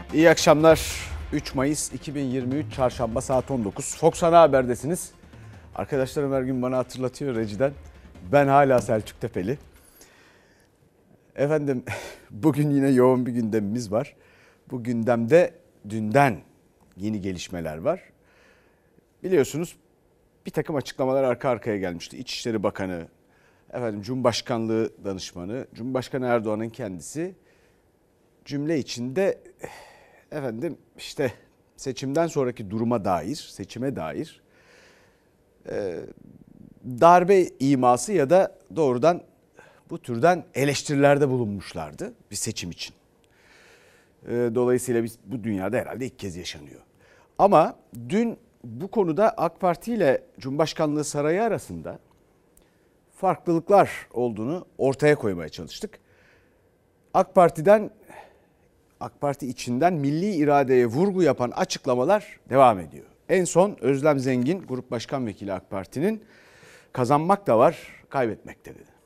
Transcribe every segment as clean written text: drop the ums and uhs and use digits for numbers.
İyi akşamlar. 3 Mayıs 2023 Çarşamba saat 19. Fox Ana Haber'desiniz. Arkadaşlarım her gün bana hatırlatıyor rejiden. Ben hala Selçuk Tepeli. Efendim bugün yine yoğun bir gündemimiz var. Bu gündemde dünden yeni gelişmeler var. Biliyorsunuz bir takım açıklamalar arka arkaya gelmişti. İçişleri Bakanı, Cumhurbaşkanlığı danışmanı, Cumhurbaşkanı Erdoğan'ın kendisi cümle içinde seçimden sonraki duruma dair, seçime dair darbe iması ya da doğrudan bu türden eleştirilerde bulunmuşlardı bir seçim için. Dolayısıyla bu dünyada herhalde ilk kez yaşanıyor. Ama dün bu konuda AK Parti ile Cumhurbaşkanlığı Sarayı arasında farklılıklar olduğunu ortaya koymaya çalıştık. AK Parti içinden milli iradeye vurgu yapan açıklamalar devam ediyor. En son Özlem Zengin, Grup Başkan Vekili AK Parti'nin kazanmak da var, kaybetmek de dedi.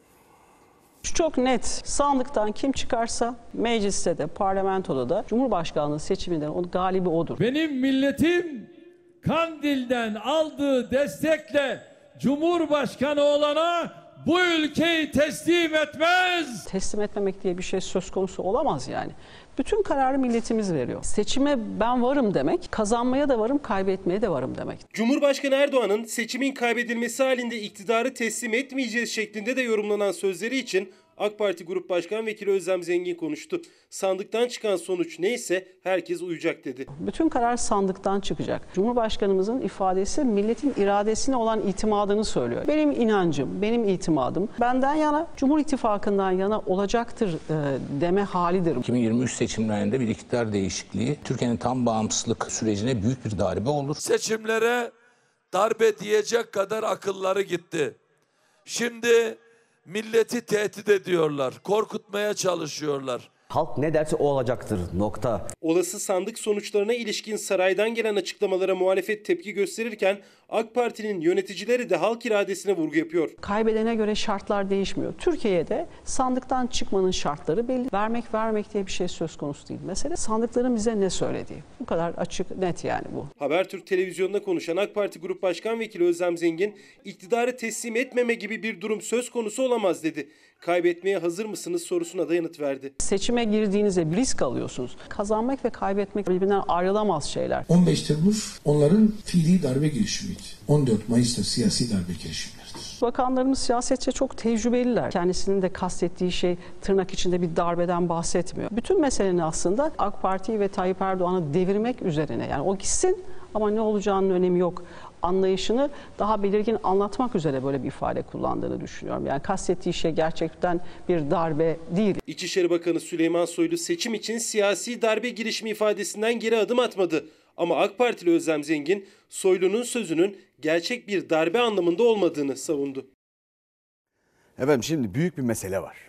Çok net. Sandıktan kim çıkarsa mecliste de parlamentoda da Cumhurbaşkanlığı seçiminden o galibi odur. Benim milletim Kandil'den aldığı destekle Cumhurbaşkanı olana bu ülkeyi teslim etmez. Teslim etmemek diye bir şey söz konusu olamaz yani. Bütün kararı milletimiz veriyor. Seçime ben varım demek, kazanmaya da varım, kaybetmeye de varım demek. Cumhurbaşkanı Erdoğan'ın seçimin kaybedilmesi halinde iktidarı teslim etmeyeceğiz şeklinde de yorumlanan sözleri için AK Parti Grup Başkan Vekili Özlem Zengin konuştu. Sandıktan çıkan sonuç neyse herkes uyacak dedi. Bütün karar sandıktan çıkacak. Cumhurbaşkanımızın ifadesi milletin iradesine olan itimadını söylüyor. Benim inancım, benim itimadım benden yana, Cumhur İttifakı'ndan yana olacaktır deme halidir. 2023 seçimlerinde bir iktidar değişikliği Türkiye'nin tam bağımsızlık sürecine büyük bir darbe olur. Seçimlere darbe diyecek kadar akılları gitti. Şimdi milleti tehdit ediyorlar, korkutmaya çalışıyorlar. Halk ne derse o olacaktır, nokta. Olası sandık sonuçlarına ilişkin saraydan gelen açıklamalara muhalefet tepki gösterirken AK Parti'nin yöneticileri de halk iradesine vurgu yapıyor. Kaybedene göre şartlar değişmiyor. Türkiye'de sandıktan çıkmanın şartları belli. Vermek diye bir şey söz konusu değil. Mesele sandıkların bize ne söylediği. Bu kadar açık, net yani bu. Habertürk televizyonunda konuşan AK Parti Grup Başkan Vekili Özlem Zengin, iktidarı teslim etmeme gibi bir durum söz konusu olamaz dedi. Kaybetmeye hazır mısınız sorusuna da yanıt verdi. Seçime girdiğinizde bir risk alıyorsunuz. Kazanmak ve kaybetmek birbirinden ayrılamaz şeyler. 15 Temmuz onların fiili darbe girişimiydi. 14 Mayıs'ta siyasi darbe girişimleridir. Bakanlarımız siyasetçe çok tecrübeliler. Kendisinin de kastettiği şey tırnak içinde bir darbeden bahsetmiyor. Bütün meselenin aslında AK Parti'yi ve Tayyip Erdoğan'ı devirmek üzerine. Yani o gitsin ama ne olacağının önemi yok anlayışını daha belirgin anlatmak üzere böyle bir ifade kullandığını düşünüyorum. Yani kastettiği şey gerçekten bir darbe değil. İçişleri Bakanı Süleyman Soylu seçim için siyasi darbe girişimi ifadesinden geri adım atmadı. Ama AK Partili Özlem Zengin, Soylu'nun sözünün gerçek bir darbe anlamında olmadığını savundu. Efendim şimdi büyük bir mesele var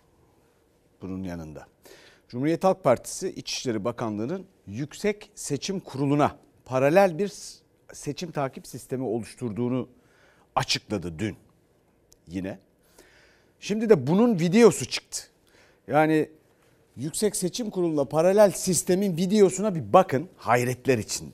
bunun yanında. Cumhuriyet Halk Partisi İçişleri Bakanlığı'nın Yüksek Seçim Kurulu'na paralel bir seçim takip sistemi oluşturduğunu açıkladı dün yine. Şimdi de bunun videosu çıktı. Yani Yüksek Seçim Kurulu'na paralel sistemin videosuna bir bakın, hayretler içinde.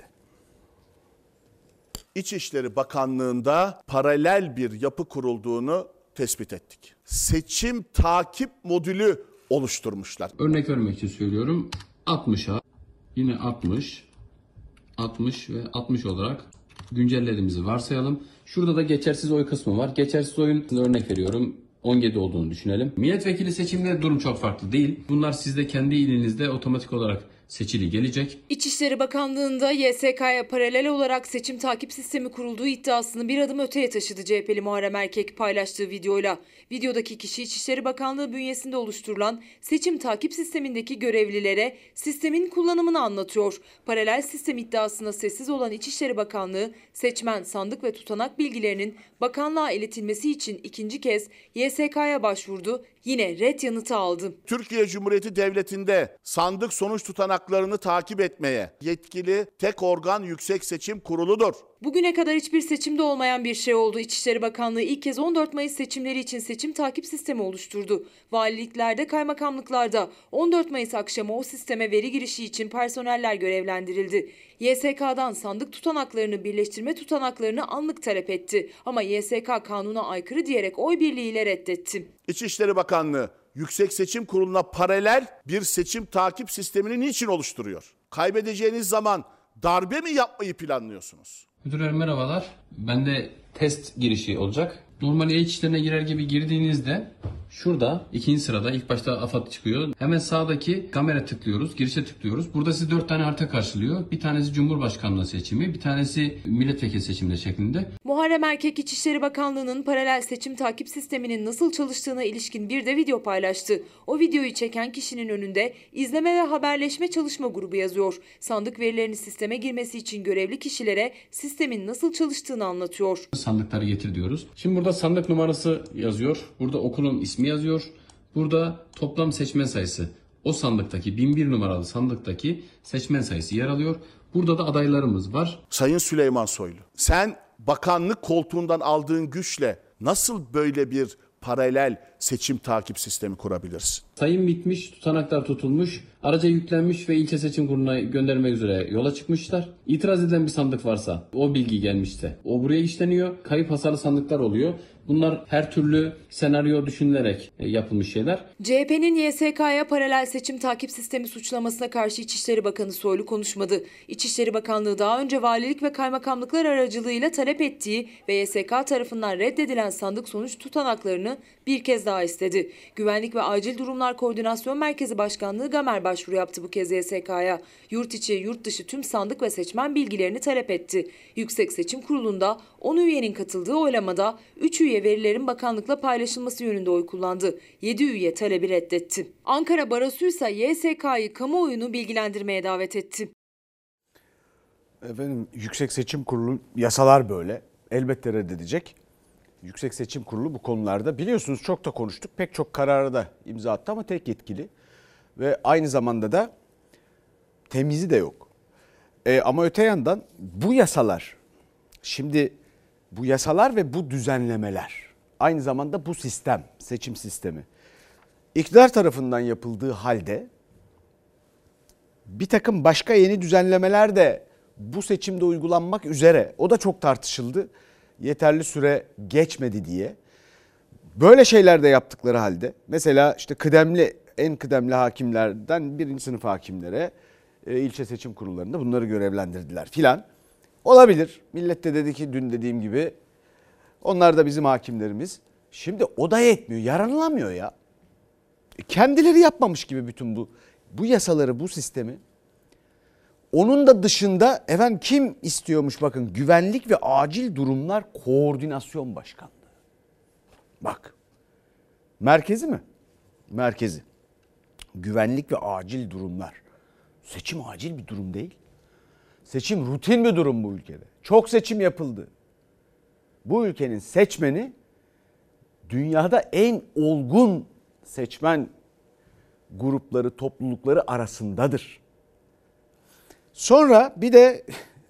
İçişleri Bakanlığı'nda paralel bir yapı kurulduğunu tespit ettik. Seçim takip modülü oluşturmuşlar. Örnek vermek için söylüyorum. 60'a yine 60 ve 60 olarak güncellediğimizi varsayalım. Şurada da geçersiz oy kısmı var. Geçersiz oyun örnek veriyorum 17 olduğunu düşünelim. Milletvekili seçiminde durum çok farklı değil. Bunlar sizde kendi ilinizde otomatik olarak seçili gelecek. İçişleri Bakanlığı'nda YSK'ya paralel olarak seçim takip sistemi kurulduğu iddiasını bir adım öteye taşıdı CHP'li Muharrem Erkek paylaştığı videoyla. Videodaki kişi İçişleri Bakanlığı bünyesinde oluşturulan seçim takip sistemindeki görevlilere sistemin kullanımını anlatıyor. Paralel sistem iddiasına sessiz olan İçişleri Bakanlığı, seçmen, sandık ve tutanak bilgilerinin bakanlığa iletilmesi için ikinci kez YSK'ya başvurdu. Yine ret yanıtı aldı. Türkiye Cumhuriyeti Devleti'nde sandık sonuç tutanak tutanaklarını takip etmeye yetkili tek organ Yüksek Seçim Kurulu'dur. Bugüne kadar hiçbir seçimde olmayan bir şey oldu. İçişleri Bakanlığı ilk kez 14 Mayıs seçimleri için seçim takip sistemi oluşturdu. Valiliklerde, kaymakamlıklarda 14 Mayıs akşamı o sisteme veri girişi için personeller görevlendirildi. YSK'dan sandık tutanaklarını, birleştirme tutanaklarını anlık talep etti. Ama YSK kanuna aykırı diyerek oy birliğiyle reddetti. İçişleri Bakanlığı Yüksek Seçim Kurulu'na paralel bir seçim takip sistemini niçin oluşturuyor? Kaybedeceğiniz zaman darbe mi yapmayı planlıyorsunuz? Müdürler merhabalar. Bende test girişi olacak. Normal e-içlerine girer gibi girdiğinizde şurada ikinci sırada ilk başta AFAD çıkıyor. Hemen sağdaki kamera tıklıyoruz, girişe tıklıyoruz. Burada sizi 4 tane harita karşılıyor. Bir tanesi Cumhurbaşkanlığı seçimi, bir tanesi milletvekili seçimleri şeklinde. Muharrem Erkek İçişleri Bakanlığı'nın paralel seçim takip sisteminin nasıl çalıştığına ilişkin bir de video paylaştı. O videoyu çeken kişinin önünde izleme ve haberleşme çalışma grubu yazıyor. Sandık verilerinin sisteme girmesi için görevli kişilere sistemin nasıl çalıştığını anlatıyor. Sandıkları getir diyoruz. Şimdi burada sandık numarası yazıyor. Burada okulun ismi yazıyor. Burada toplam seçmen sayısı. O sandıktaki 1001 numaralı sandıktaki seçmen sayısı yer alıyor. Burada da adaylarımız var. Sayın Süleyman Soylu, sen bakanlık koltuğundan aldığın güçle nasıl böyle bir paralel seçim takip sistemi kurabilirsin? Sayım bitmiş, tutanaklar tutulmuş, araca yüklenmiş ve ilçe seçim kuruluna göndermek üzere yola çıkmışlar. İtiraz eden bir sandık varsa, o bilgi gelmişse, o buraya işleniyor. Kayıp hasarlı sandıklar oluyor. Bunlar her türlü senaryo düşünülerek yapılmış şeyler. CHP'nin YSK'ya paralel seçim takip sistemi suçlamasına karşı İçişleri Bakanı Soylu konuşmadı. İçişleri Bakanlığı daha önce valilik ve kaymakamlıklar aracılığıyla talep ettiği ve YSK tarafından reddedilen sandık sonuç tutanaklarını bir kez daha istedi. Güvenlik ve Acil Durumlar Koordinasyon Merkezi Başkanlığı GAMER başvuru yaptı bu kez YSK'ya. Yurt içi, yurt dışı tüm sandık ve seçmen bilgilerini talep etti. Yüksek Seçim Kurulu'nda 10 üyenin katıldığı oylamada 3 üye verilerin bakanlıkla paylaşılması yönünde oy kullandı. 7 üye talebi reddetti. Ankara Barosu ise YSK'yı kamuoyunu bilgilendirmeye davet etti. Efendim, Yüksek Seçim Kurulu yasalar böyle. Elbette reddedecek. Yüksek Seçim Kurulu bu konularda biliyorsunuz çok da konuştuk. Pek çok karara da imza attı ama tek yetkili. Ve aynı zamanda da temizi de yok. Ama öte yandan bu yasalar, şimdi bu yasalar ve bu düzenlemeler, aynı zamanda bu sistem, seçim sistemi iktidar tarafından yapıldığı halde bir takım başka yeni düzenlemeler de bu seçimde uygulanmak üzere. O da çok tartışıldı. Yeterli süre geçmedi diye. Böyle şeyler de yaptıkları halde mesela işte en kıdemli hakimlerden birinci sınıf hakimlere ilçe seçim kurullarında bunları görevlendirdiler filan. Olabilir. Millet de dedi ki dün dediğim gibi onlar da bizim hakimlerimiz. Şimdi o da yetmiyor. Yaranılamıyor ya. Kendileri yapmamış gibi bütün bu yasaları, bu sistemi. Onun da dışında efendim kim istiyormuş bakın, Güvenlik ve Acil Durumlar Koordinasyon Başkanlığı. Bak. Merkezi mi? Merkezi. Güvenlik ve Acil Durumlar. Seçim acil bir durum değil. Seçim rutin bir durum bu ülkede. Çok seçim yapıldı. Bu ülkenin seçmeni dünyada en olgun seçmen grupları, toplulukları arasındadır. Sonra bir de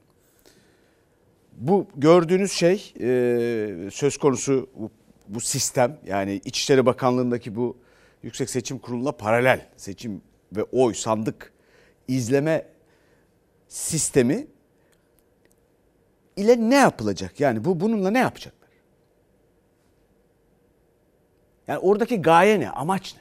bu gördüğünüz şey söz konusu bu sistem, yani İçişleri Bakanlığı'ndaki bu Yüksek Seçim Kurulu'na paralel seçim ve oy sandık izleme sistemi ile ne yapılacak? Yani bununla ne yapacaklar? Yani oradaki gaye ne? Amaç ne?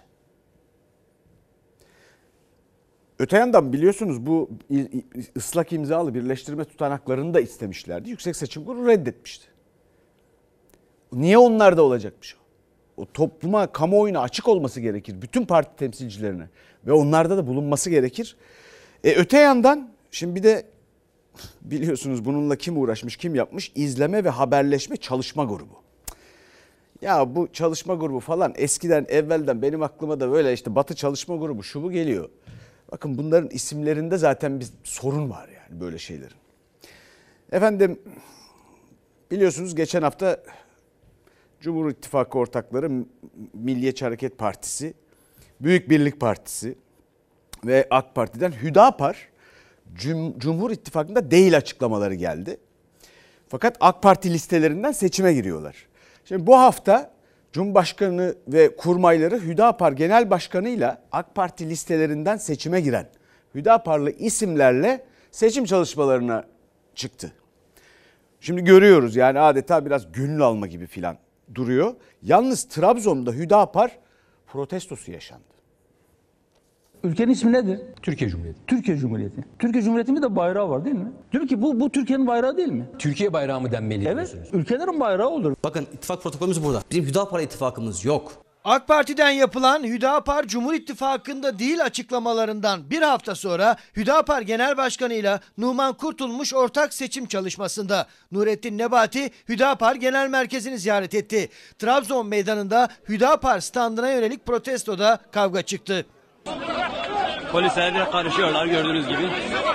Öte yandan biliyorsunuz bu ıslak imzalı birleştirme tutanaklarını da istemişlerdi. Yüksek Seçim Kurulu reddetmişti. Niye onlarda olacakmış o? O topluma, kamuoyuna açık olması gerekir. Bütün parti temsilcilerine. Ve onlarda da bulunması gerekir. Öte yandan şimdi bir de biliyorsunuz bununla kim uğraşmış, kim yapmış? İzleme ve haberleşme çalışma grubu. Ya bu çalışma grubu falan eskiden, evvelden benim aklıma da böyle işte Batı Çalışma Grubu şu bu geliyor. Bakın bunların isimlerinde zaten bir sorun var yani böyle şeylerin. Efendim biliyorsunuz geçen hafta Cumhur İttifakı ortakları Milliyetçi Hareket Partisi, Büyük Birlik Partisi, ve AK Parti'den Hüdapar Cumhur İttifakı'nda değil açıklamaları geldi. Fakat AK Parti listelerinden seçime giriyorlar. Şimdi bu hafta Cumhurbaşkanı ve kurmayları Hüdapar Genel Başkanı'yla AK Parti listelerinden seçime giren Hüdaparlı isimlerle seçim çalışmalarına çıktı. Şimdi görüyoruz yani adeta biraz gönül alma gibi filan duruyor. Yalnız Trabzon'da Hüdapar protestosu yaşandı. Ülkenin ismi nedir? Türkiye Cumhuriyeti. Türkiye Cumhuriyeti. Türkiye Cumhuriyeti'nin de bayrağı var değil mi? Diyor ki bu Türkiye'nin bayrağı değil mi? Türkiye bayrağı mı denmeli Evet, diyorsunuz? ülkelerin bayrağı olur. Bakın ittifak protokolümüz burada. Bizim Hüdapar ittifakımız yok. AK Parti'den yapılan Hüdapar Cumhur İttifakı'nda değil açıklamalarından bir hafta sonra Hüdapar Genel Başkanı ile Numan Kurtulmuş ortak seçim çalışmasında. Nurettin Nebati Hüdapar Genel Merkezi'ni ziyaret etti. Trabzon meydanında Hüdapar standına yönelik protestoda kavga çıktı. Polisler de karışıyorlar gördüğünüz gibi.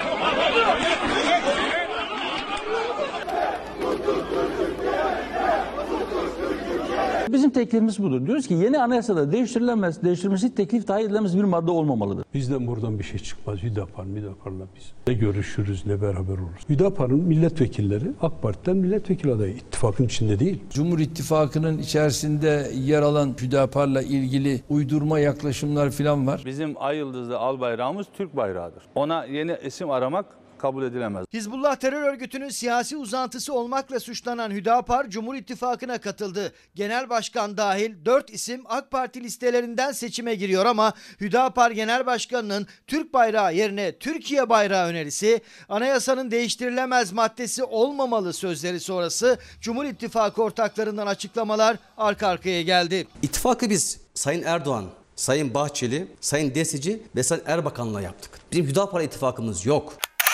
Bizim teklifimiz budur. Diyoruz ki yeni anayasada değiştirilmesi teklif dahi edilemez bir madde olmamalıdır. Bizden buradan bir şey çıkmaz. Hüdapar'la biz ne görüşürüz ne beraber oluruz. Hüdapar'ın milletvekilleri AK Parti'den milletvekili adayı. İttifakın içinde değil. Cumhur İttifakı'nın içerisinde yer alan Hüdapar'la ilgili uydurma yaklaşımlar falan var. Bizim ay yıldızlı al bayrağımız Türk bayrağıdır. Ona yeni isim aramak kabul edilemez. Hizbullah terör örgütünün siyasi uzantısı olmakla suçlanan Hüdapar Cumhur İttifakı'na katıldı. Genel Başkan dahil 4 isim AK Parti listelerinden seçime giriyor ama Hüdapar Genel Başkanı'nın Türk bayrağı yerine Türkiye bayrağı önerisi, anayasanın değiştirilemez maddesi olmamalı sözleri sonrası Cumhur İttifakı ortaklarından açıklamalar arka arkaya geldi. İttifakı biz Sayın Erdoğan, Sayın Bahçeli, Sayın Desici ve Sayın Erbakan'la yaptık. Bizim Hüdapar ittifakımız yok.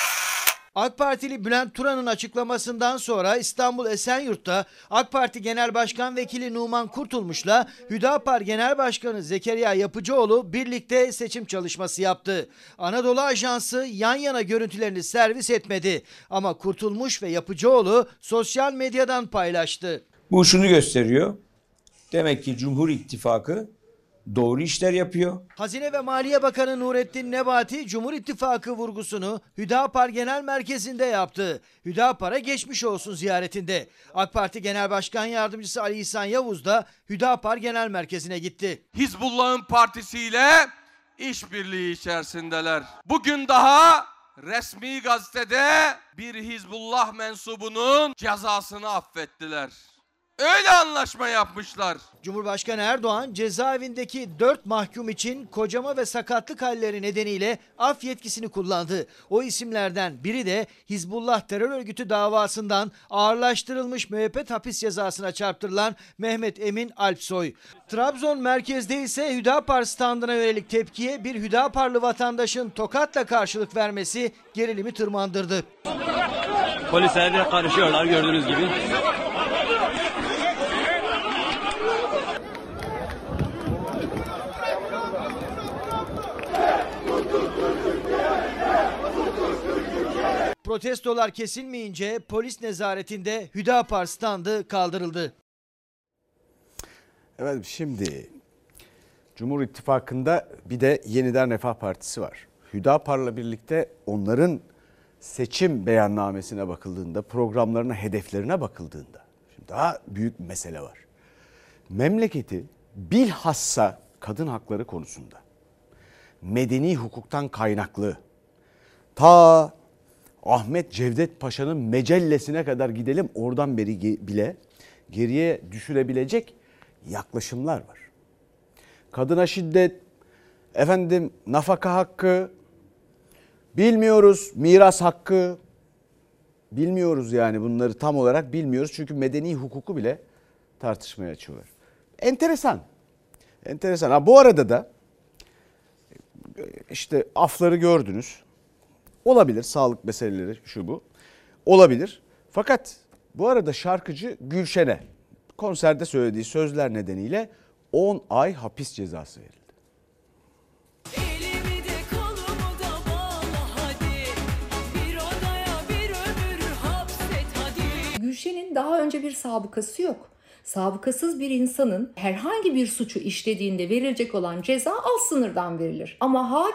AK Partili Bülent Turan'ın açıklamasından sonra İstanbul Esenyurt'ta AK Parti Genel Başkan Vekili Numan Kurtulmuş'la Hüdapar Genel Başkanı Zekeriya Yapıcıoğlu birlikte seçim çalışması yaptı. Anadolu Ajansı yan yana görüntülerini servis etmedi ama Kurtulmuş ve Yapıcıoğlu sosyal medyadan paylaştı. Bu şunu gösteriyor. Demek ki Cumhur İttifakı doğru işler yapıyor. Hazine ve Maliye Bakanı Nurettin Nebati Cumhur İttifakı vurgusunu Hüdapar Genel Merkezi'nde yaptı. Hüdapar'a geçmiş olsun ziyaretinde. AK Parti Genel Başkan Yardımcısı Ali İhsan Yavuz da Hüdapar Genel Merkezi'ne gitti. Hizbullah'ın partisiyle işbirliği içerisindeler. Bugün daha resmi gazetede bir Hizbullah mensubunun cezasını affettiler. Öyle anlaşma yapmışlar. Cumhurbaşkanı Erdoğan cezaevindeki 4 mahkum için kocama ve sakatlık halleri nedeniyle af yetkisini kullandı. O isimlerden biri de Hizbullah terör örgütü davasından ağırlaştırılmış müebbet hapis cezasına çarptırılan Mehmet Emin Alpsoy. Trabzon merkezde ise Hüdapar standına yönelik tepkiye bir Hüdaparlı vatandaşın tokatla karşılık vermesi gerilimi tırmandırdı. Polisler de karışıyorlar gördüğünüz gibi. Protestolar kesilmeyince polis nezaretinde Hüdapar standı kaldırıldı. Evet, şimdi Cumhur İttifakı'nda bir de Yeniden Refah Partisi var. Hüdapar'la birlikte onların seçim beyannamesine bakıldığında, programlarına, hedeflerine bakıldığında şimdi daha büyük bir mesele var. Memleketi bilhassa kadın hakları konusunda medeni hukuktan kaynaklı ta Ahmet Cevdet Paşa'nın mecellesine kadar gidelim, oradan beri bile geriye düşürebilecek yaklaşımlar var. Kadına şiddet, nafaka hakkı, bilmiyoruz, miras hakkı, bilmiyoruz yani bunları tam olarak bilmiyoruz. Çünkü medeni hukuku bile tartışmaya açıyorlar. Enteresan, enteresan. Ha, bu arada da işte afları gördünüz. Olabilir, sağlık meseleleri şu bu olabilir. Fakat bu arada şarkıcı Gülşen'e konserde söylediği sözler nedeniyle 10 ay hapis cezası verildi. Gülşen'in daha önce bir sabıkası yok. Sabıkasız bir insanın herhangi bir suçu işlediğinde verilecek olan ceza alt sınırdan verilir. Ama hakim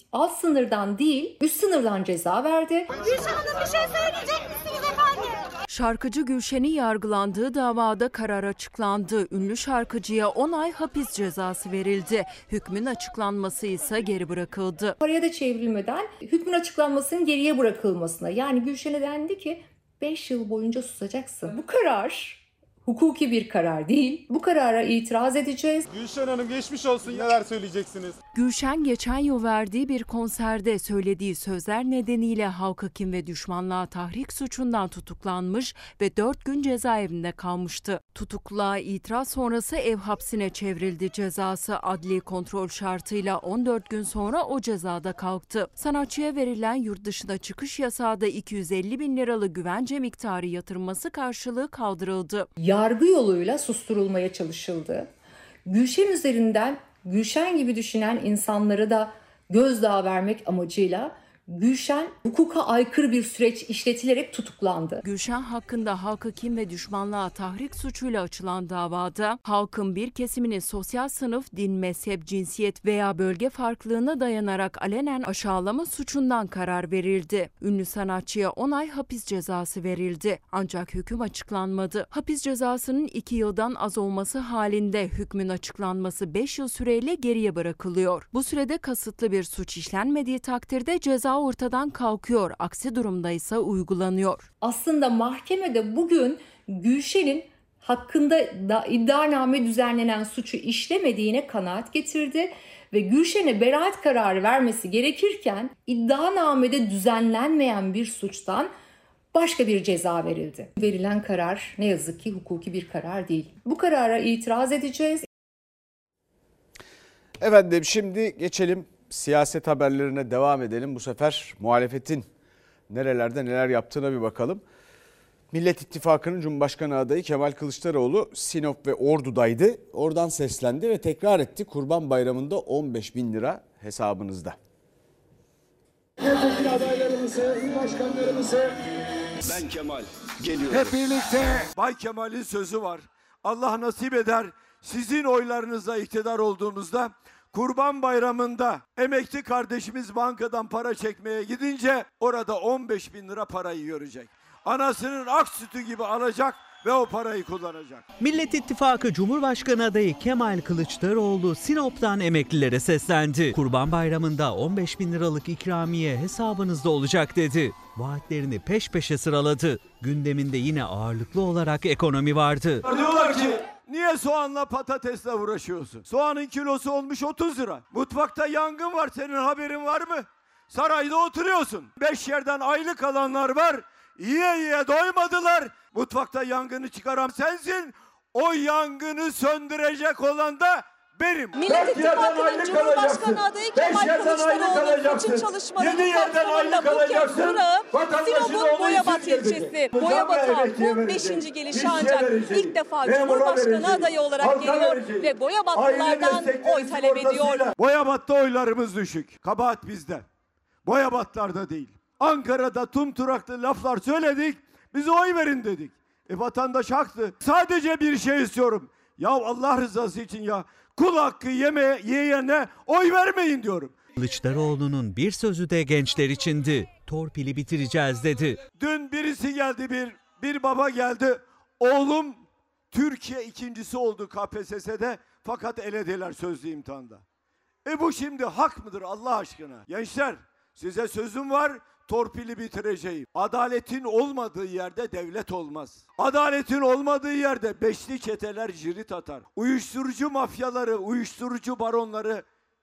alt sınırdan değil üst sınırdan ceza verdi. Gülşen Hanım, bir şey söyleyecek misiniz efendim? Şarkıcı Gülşen'in yargılandığı davada karar açıklandı. Ünlü şarkıcıya 10 ay hapis cezası verildi. Hükmün açıklanması ise geri bırakıldı. Paraya da çevrilmeden hükmün açıklanmasının geriye bırakılmasına, yani Gülşen'e dendi ki 5 yıl boyunca susacaksın. Bu karar hukuki bir karar değil. Bu karara itiraz edeceğiz. Gülşen Hanım, geçmiş olsun. Neler söyleyeceksiniz? Gülşen geçen yıl verdiği bir konserde söylediği sözler nedeniyle halka kin ve düşmanlığa tahrik suçundan tutuklanmış ve 4 gün cezaevinde kalmıştı. Tutukluluğa itiraz sonrası ev hapsine çevrildi cezası. Adli kontrol şartıyla 14 gün sonra o cezada kalktı. Sanatçıya verilen yurt dışına çıkış yasağı da 250 bin liralık güvence miktarı yatırılması karşılığı kaldırıldı. Yargı yoluyla susturulmaya çalışıldı. Gülşen üzerinden Gülşen gibi düşünen insanları da gözdağı vermek amacıyla Gülşen hukuka aykırı bir süreç işletilerek tutuklandı. Gülşen hakkında halka kin ve düşmanlığa tahrik suçuyla açılan davada halkın bir kesiminin sosyal sınıf, din, mezhep, cinsiyet veya bölge farklılığına dayanarak alenen aşağılama suçundan karar verildi. Ünlü sanatçıya 10 ay hapis cezası verildi. Ancak hüküm açıklanmadı. Hapis cezasının 2 yıldan az olması halinde hükmün açıklanması 5 yıl süreyle geriye bırakılıyor. Bu sürede kasıtlı bir suç işlenmediği takdirde ceza ortadan kalkıyor. Aksi durumda ise uygulanıyor. Aslında mahkemede bugün Gülşen'in hakkında da iddianame düzenlenen suçu işlemediğine kanaat getirdi ve Gülşen'e beraat kararı vermesi gerekirken iddianamede düzenlenmeyen bir suçtan başka bir ceza verildi. Verilen karar ne yazık ki hukuki bir karar değil. Bu karara itiraz edeceğiz. Efendim şimdi geçelim siyaset haberlerine, devam edelim. Bu sefer muhalefetin nerelerde neler yaptığına bir bakalım. Millet İttifakı'nın Cumhurbaşkanı adayı Kemal Kılıçdaroğlu Sinop ve Ordu'daydı. Oradan seslendi ve tekrar etti. Kurban Bayramı'nda 15 bin lira hesabınızda. Milletvekili adaylarımızı, il başkanlarımızı. Ben Kemal geliyorum. Hep birlikte Bay Kemal'in sözü var. Allah nasip eder, sizin oylarınızla iktidar olduğumuzda Kurban Bayramı'nda emekli kardeşimiz bankadan para çekmeye gidince orada 15 bin lira parayı görecek. Anasının ak sütü gibi alacak ve o parayı kullanacak. Millet İttifakı Cumhurbaşkanı adayı Kemal Kılıçdaroğlu Sinop'tan emeklilere seslendi. Kurban Bayramı'nda 15 bin liralık ikramiye hesabınızda olacak dedi. Vaatlerini peş peşe sıraladı. Gündeminde yine ağırlıklı olarak ekonomi vardı. Diyorlar ki niye soğanla patatesle uğraşıyorsun? Soğanın kilosu olmuş 30 lira. Mutfakta yangın var, senin haberin var mı? Sarayda oturuyorsun. 5 yerden aylık alanlar var. Yiye doymadılar. Mutfakta yangını çıkaran sensin. O yangını söndürecek olan da benim. Millet İttifakı'nın Cumhurbaşkanı adayı Kemal Kılıçdaroğlu seçim çalışmalarının kapsamında bu kez durağım Sinop'un Boyabat ilçesi. Boyabat'a bu 5. gelişi ancak ilk defa Cumhurbaşkanı adayı olarak geliyor ve Boyabatlılardan oy talep ediyor. Boyabat'ta oylarımız düşük. Kabahat bizde. Boyabatlarda değil. Ankara'da tumturaklı laflar söyledik. Bize oy verin dedik. Vatandaş haklı. Sadece bir şey istiyorum. Ya Allah rızası için ya. Kul hakkı yiyene oy vermeyin diyorum. Kılıçdaroğlu'nun bir sözü de gençler içindi. Torpili bitireceğiz dedi. Dün birisi geldi, bir baba geldi. Oğlum Türkiye ikincisi oldu KPSS'de fakat elediler sözlü imtihanda. Bu şimdi hak mıdır Allah aşkına? Gençler size sözüm var. Torpili bitireceğim. Adaletin olmadığı yerde devlet olmaz. Adaletin olmadığı yerde beşli çeteler cirit atar. Uyuşturucu mafyaları, uyuşturucu baronları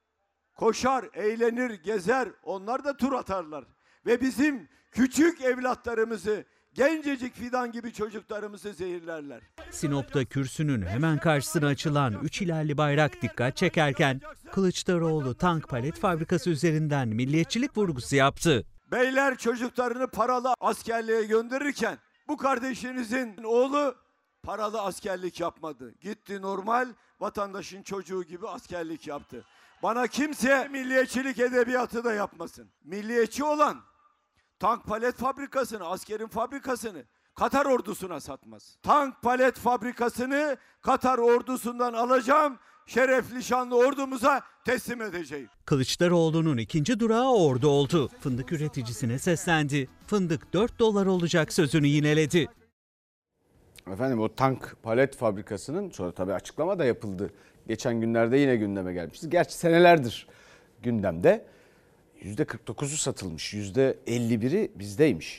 koşar, eğlenir, gezer. Onlar da tur atarlar. Ve bizim küçük evlatlarımızı, gencecik fidan gibi çocuklarımızı zehirlerler. Sinop'ta kürsünün hemen karşısına açılan 3 hilalli bayrak dikkat çekerken Kılıçdaroğlu tank palet fabrikası üzerinden milliyetçilik vurgusu yaptı. Beyler çocuklarını paralı askerliğe gönderirken bu kardeşinizin oğlu paralı askerlik yapmadı. Gitti normal vatandaşın çocuğu gibi askerlik yaptı. Bana kimse milliyetçilik edebiyatı da yapmasın. Milliyetçi olan tank palet fabrikasını, askerin fabrikasını Katar ordusuna satmaz. Tank palet fabrikasını Katar ordusundan alacağım şerefli şanlı ordumuza teslim edeceğim. Kılıçdaroğlu'nun ikinci durağı Ordu oldu. Fındık üreticisine seslendi. Fındık 4 dolar olacak sözünü yineledi. Efendim o tank palet fabrikasının sonra tabii açıklama da yapıldı. Geçen günlerde yine gündeme gelmişti. Gerçi senelerdir gündemde. %49'u satılmış. %51'i bizdeymiş.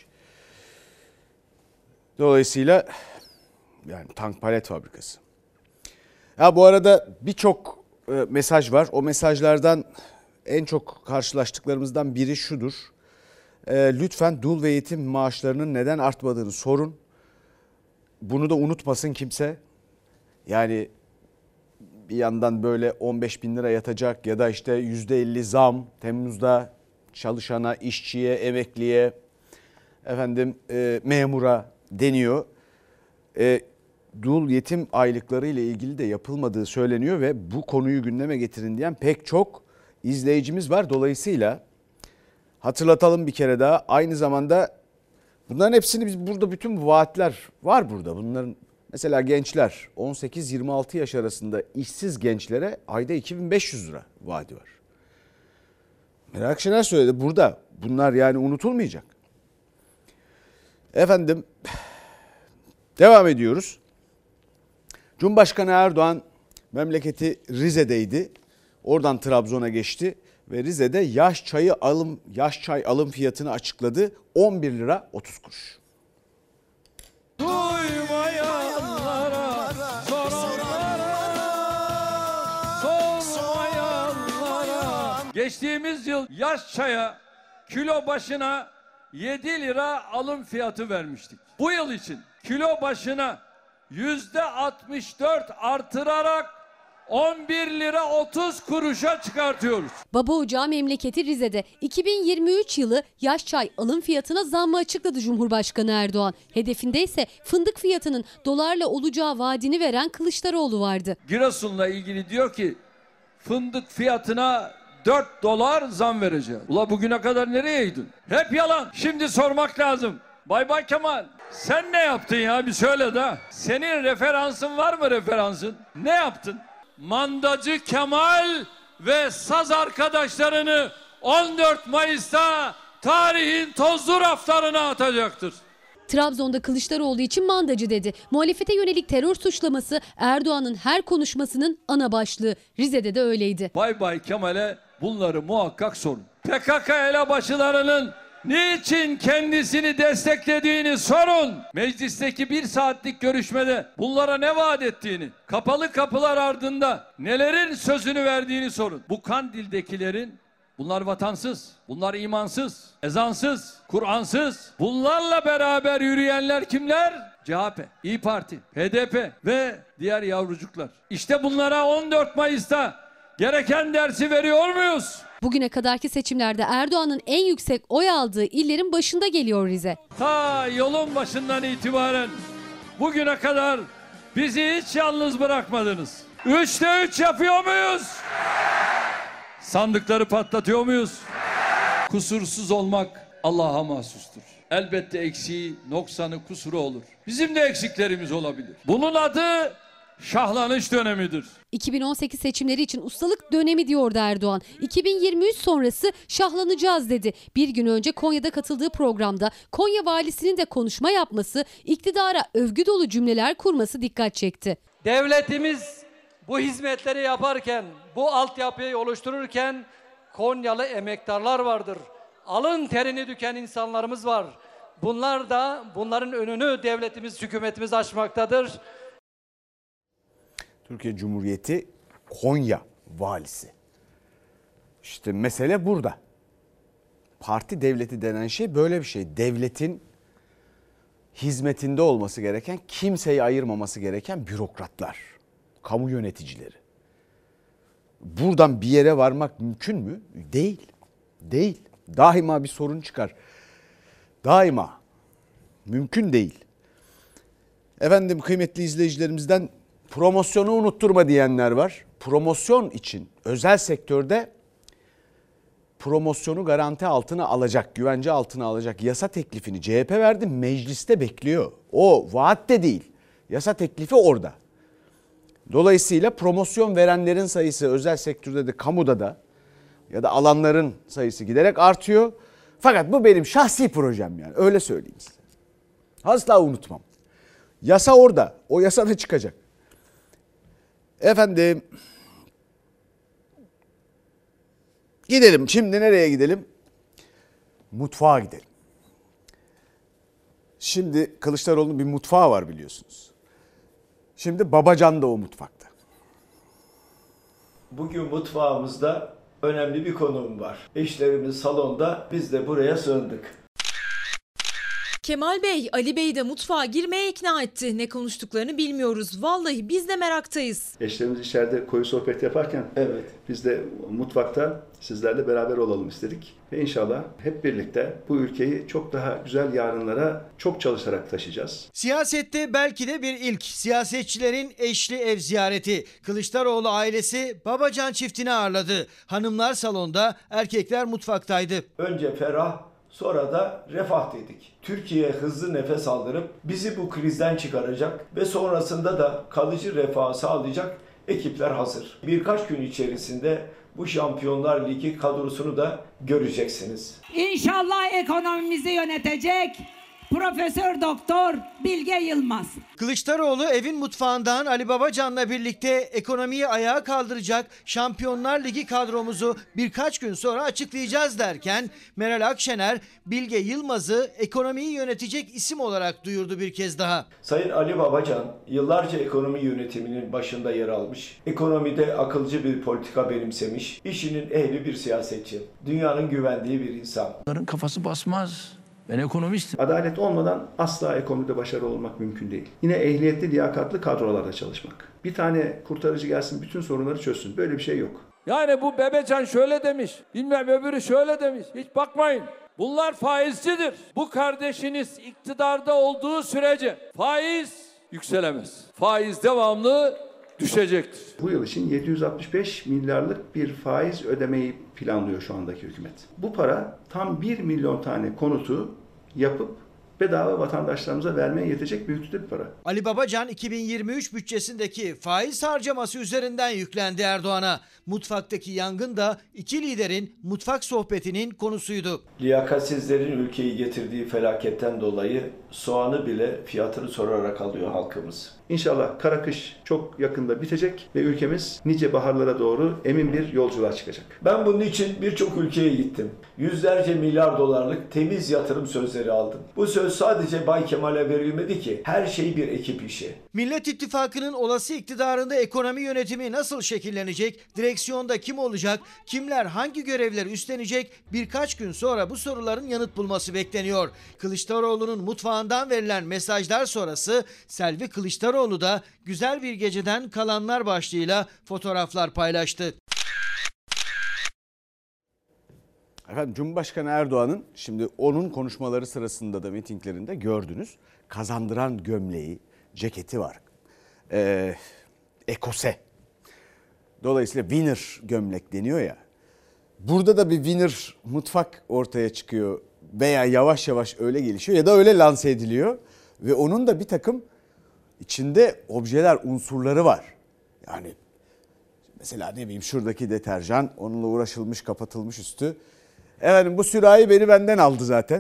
Dolayısıyla yani tank palet fabrikası. Ha bu arada birçok mesaj var. O mesajlardan en çok karşılaştıklarımızdan biri şudur. Lütfen dul ve yetim maaşlarının neden artmadığını sorun. Bunu da unutmasın kimse. Yani bir yandan böyle 15 bin lira yatacak ya da işte %50 zam Temmuz'da çalışana, işçiye, emekliye, memura deniyor. Dul yetim aylıkları ile ilgili de yapılmadığı söyleniyor ve bu konuyu gündeme getirin diyen pek çok izleyicimiz var. Dolayısıyla hatırlatalım bir kere daha. Aynı zamanda bunların hepsini biz burada bütün bu vaatler var burada. Bunların mesela gençler 18-26 yaş arasında işsiz gençlere ayda 2500 lira vaadi var. Meral Akşener söyledi burada. Bunlar yani unutulmayacak. Efendim devam ediyoruz. Cumhurbaşkanı Erdoğan memleketi Rize'deydi. Oradan Trabzon'a geçti ve Rize'de yaş çay alım fiyatını açıkladı. 11 lira 30 kuruş. Duymayanlara, sormayanlara. Geçtiğimiz yıl yaş çaya kilo başına 7 lira alım fiyatı vermiştik. Bu yıl için kilo başına %64 artırarak 11 lira 30 kuruşa çıkartıyoruz. Baba ocağı memleketi Rize'de 2023 yılı yaş çay alım fiyatına zammı açıkladı Cumhurbaşkanı Erdoğan. Hedefinde ise fındık fiyatının dolarla olacağı vaadini veren Kılıçdaroğlu vardı. Giresun'la ilgili diyor ki fındık fiyatına 4 dolar zam vereceğim. Ula bugüne kadar nereyeydin? Hep yalan. Şimdi sormak lazım. Bay Kemal sen ne yaptın ya bir söyle de. Senin referansın var mı referansın? Ne yaptın? Mandacı Kemal ve saz arkadaşlarını 14 Mayıs'ta tarihin tozlu raflarına atacaktır. Trabzon'da Kılıçdaroğlu için mandacı dedi. Muhalefete yönelik terör suçlaması Erdoğan'ın her konuşmasının ana başlığı. Rize'de de öyleydi. Bay Kemal'e bunları muhakkak sorun. PKK elebaşılarının niçin kendisini desteklediğini sorun. Meclisteki 1 saatlik görüşmede bunlara ne vaat ettiğini, kapalı kapılar ardında nelerin sözünü verdiğini sorun. Bu Kandil'dekilerin bunlar vatansız, bunlar imansız, ezansız, Kur'ansız. Bunlarla beraber yürüyenler kimler? CHP, İYİ Parti, HDP ve diğer yavrucuklar. İşte bunlara 14 Mayıs'ta gereken dersi veriyor muyuz? Bugüne kadarki seçimlerde Erdoğan'ın en yüksek oy aldığı illerin başında geliyor Rize. Ta yolun başından itibaren bugüne kadar bizi hiç yalnız bırakmadınız. 3'te 3 yapıyor muyuz? Sandıkları patlatıyor muyuz? Kusursuz olmak Allah'a mahsustur. Elbette eksiği, noksanı, kusuru olur. Bizim de eksiklerimiz olabilir. Bunun adı şahlanış dönemidir. 2018 seçimleri için ustalık dönemi diyordu Erdoğan. 2023 sonrası şahlanacağız dedi. Bir gün önce Konya'da katıldığı programda Konya valisinin de konuşma yapması, iktidara övgü dolu cümleler kurması dikkat çekti. Devletimiz bu hizmetleri yaparken, bu altyapıyı oluştururken Konyalı emektarlar vardır. Alın terini döken insanlarımız var. Bunların önünü devletimiz, hükümetimiz açmaktadır. Türkiye Cumhuriyeti Konya valisi. İşte mesele burada. Parti devleti denen şey böyle bir şey. Devletin hizmetinde olması gereken, kimseyi ayırmaması gereken bürokratlar, kamu yöneticileri. Buradan bir yere varmak mümkün mü? Değil. Değil. Daima bir sorun çıkar. Daima. Mümkün değil. Efendim kıymetli izleyicilerimizden promosyonu unutturma diyenler var. Promosyon için özel sektörde promosyonu garanti altına alacak, güvence altına alacak yasa teklifini CHP verdi. Mecliste bekliyor. O vaat de değil. Yasa teklifi orada. Dolayısıyla promosyon verenlerin sayısı özel sektörde de kamuda da ya da alanların sayısı giderek artıyor. Fakat bu benim şahsi projem yani öyle söyleyeyim size. Asla unutmam. Yasa orada. O yasa da çıkacak. Efendim gidelim. Şimdi nereye gidelim? Mutfağa gidelim. Şimdi Kılıçdaroğlu'nun bir mutfağı var biliyorsunuz. Şimdi Babacan da o mutfakta. Bugün mutfağımızda önemli bir konuğum var. Eşlerimiz salonda, biz de buraya sığındık. Kemal Bey, Ali Bey'i de mutfağa girmeye ikna etti. Ne konuştuklarını bilmiyoruz. Vallahi biz de meraktayız. Eşlerimiz içeride koyu sohbet yaparken biz de mutfakta sizlerle beraber olalım istedik. Ve inşallah hep birlikte bu ülkeyi çok daha güzel yarınlara çok çalışarak taşıyacağız. Siyasette belki de bir ilk. Siyasetçilerin eşli ev ziyareti. Kılıçdaroğlu ailesi Babacan çiftini ağırladı. Hanımlar salonda, erkekler mutfaktaydı. Önce ferah, sonra da refah dedik. Türkiye hızlı nefes aldırıp bizi bu krizden çıkaracak ve sonrasında da kalıcı refah sağlayacak ekipler hazır. Birkaç gün içerisinde bu Şampiyonlar Ligi kadrosunu da göreceksiniz. İnşallah ekonomimizi yönetecek Profesör Doktor Bilge Yılmaz. Kılıçdaroğlu evin mutfağından Ali Babacan'la birlikte ekonomiyi ayağa kaldıracak Şampiyonlar Ligi kadromuzu birkaç gün sonra açıklayacağız derken Meral Akşener Bilge Yılmaz'ı ekonomiyi yönetecek isim olarak duyurdu bir kez daha. Sayın Ali Babacan yıllarca ekonomi yönetiminin başında yer almış, ekonomide akılcı bir politika benimsemiş, işinin ehli bir siyasetçi, dünyanın güvendiği bir insan. Onların kafası basmaz. Ben ekonomistim. Adalet olmadan asla ekonomide başarılı olmak mümkün değil. Yine ehliyetli, liyakatlı kadrolarda çalışmak. Bir tane kurtarıcı gelsin bütün sorunları çözsün. Böyle bir şey yok. Yani bu Bebecan şöyle demiş, bilmem öbürü şöyle demiş. Hiç bakmayın. Bunlar faizcidir. Bu kardeşiniz iktidarda olduğu sürece faiz yükselemez. Faiz devamlı düşecektir. Bu yıl için 765 milyarlık bir faiz ödemeyi planlıyor şu andaki hükümet. Bu para tam 1 milyon tane konutu yapıp bedava vatandaşlarımıza vermeye yetecek büyüklükte bir para. Ali Babacan 2023 bütçesindeki faiz harcaması üzerinden yüklendi Erdoğan'a. Mutfaktaki yangın da iki liderin mutfak sohbetinin konusuydu. Liyakatsizlerin ülkeyi getirdiği felaketten dolayı soğanı bile fiyatını sorarak alıyor halkımız. İnşallah kara kış çok yakında bitecek ve ülkemiz nice baharlara doğru emin bir yolculuğa çıkacak. Ben bunun için birçok ülkeye gittim. Yüzlerce milyar dolarlık temiz yatırım sözleri aldım. Bu söz sadece Bay Kemal'e verilmedi ki, her şey bir ekip işi. Millet İttifakı'nın olası iktidarında ekonomi yönetimi nasıl şekillenecek, direksiyonda kim olacak, kimler hangi görevleri üstlenecek birkaç gün sonra bu soruların yanıt bulması bekleniyor. Kılıçdaroğlu'nun mutfağından verilen mesajlar sonrası Selvi Kılıçdaroğlu da güzel bir geceden kalanlar başlığıyla fotoğraflar paylaştı. Efendim Cumhurbaşkanı Erdoğan'ın şimdi onun konuşmaları sırasında da mitinglerinde gördünüz. Kazandıran gömleği, ceketi var. Ekose. Dolayısıyla winner gömlek deniyor ya. Burada da bir winner mutfak ortaya çıkıyor veya yavaş yavaş öyle gelişiyor ya da öyle lanse ediliyor. Ve onun da bir takım içinde objeler, unsurları var. Yani mesela ne bileyim şuradaki deterjan, onunla uğraşılmış, kapatılmış üstü. Efendim bu sürahi beni benden aldı zaten.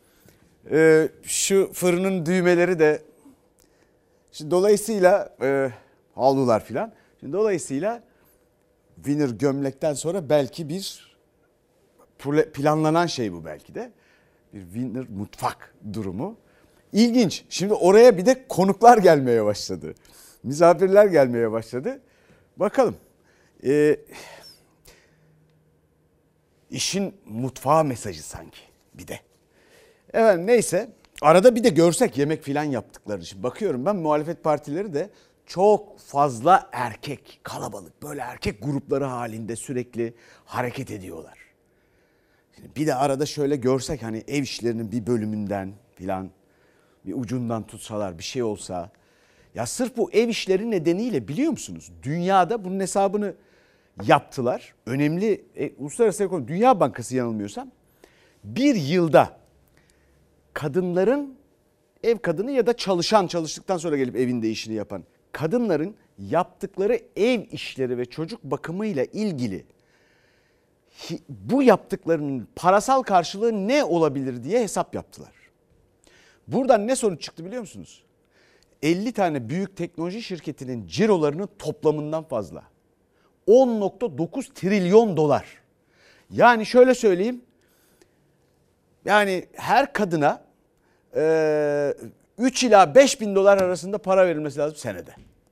Şu fırının düğmeleri de. Şimdi dolayısıyla havlular filan. Şimdi dolayısıyla winner gömlekten sonra belki bir planlanan şey bu belki de. Bir winner mutfak durumu. İlginç. Şimdi oraya bir de konuklar gelmeye başladı. Misafirler gelmeye başladı. Bakalım. İşin mutfağı mesajı sanki bir de. Efendim neyse arada bir de görsek yemek filan yaptıklarını. Şimdi bakıyorum ben muhalefet partileri de çok fazla erkek, kalabalık böyle erkek grupları halinde sürekli hareket ediyorlar. Şimdi bir de arada şöyle görsek hani ev işlerinin bir bölümünden filan bir ucundan tutsalar bir şey olsa. Ya sırf bu ev işleri nedeniyle biliyor musunuz? Dünyada bunun hesabını yaptılar. Önemli Uluslararası Ekonomi Dünya Bankası yanılmıyorsam bir yılda kadınların ev kadını ya da çalıştıktan sonra gelip evinde işini yapan kadınların yaptıkları ev işleri ve çocuk bakımıyla ilgili bu yaptıklarının parasal karşılığı ne olabilir diye hesap yaptılar. Buradan ne sonuç çıktı biliyor musunuz? 50 tane büyük teknoloji şirketinin cirolarının toplamından fazla. 10.9 trilyon dolar. Yani şöyle söyleyeyim. Yani her kadına 3 ila 5 bin dolar arasında para verilmesi lazım senede.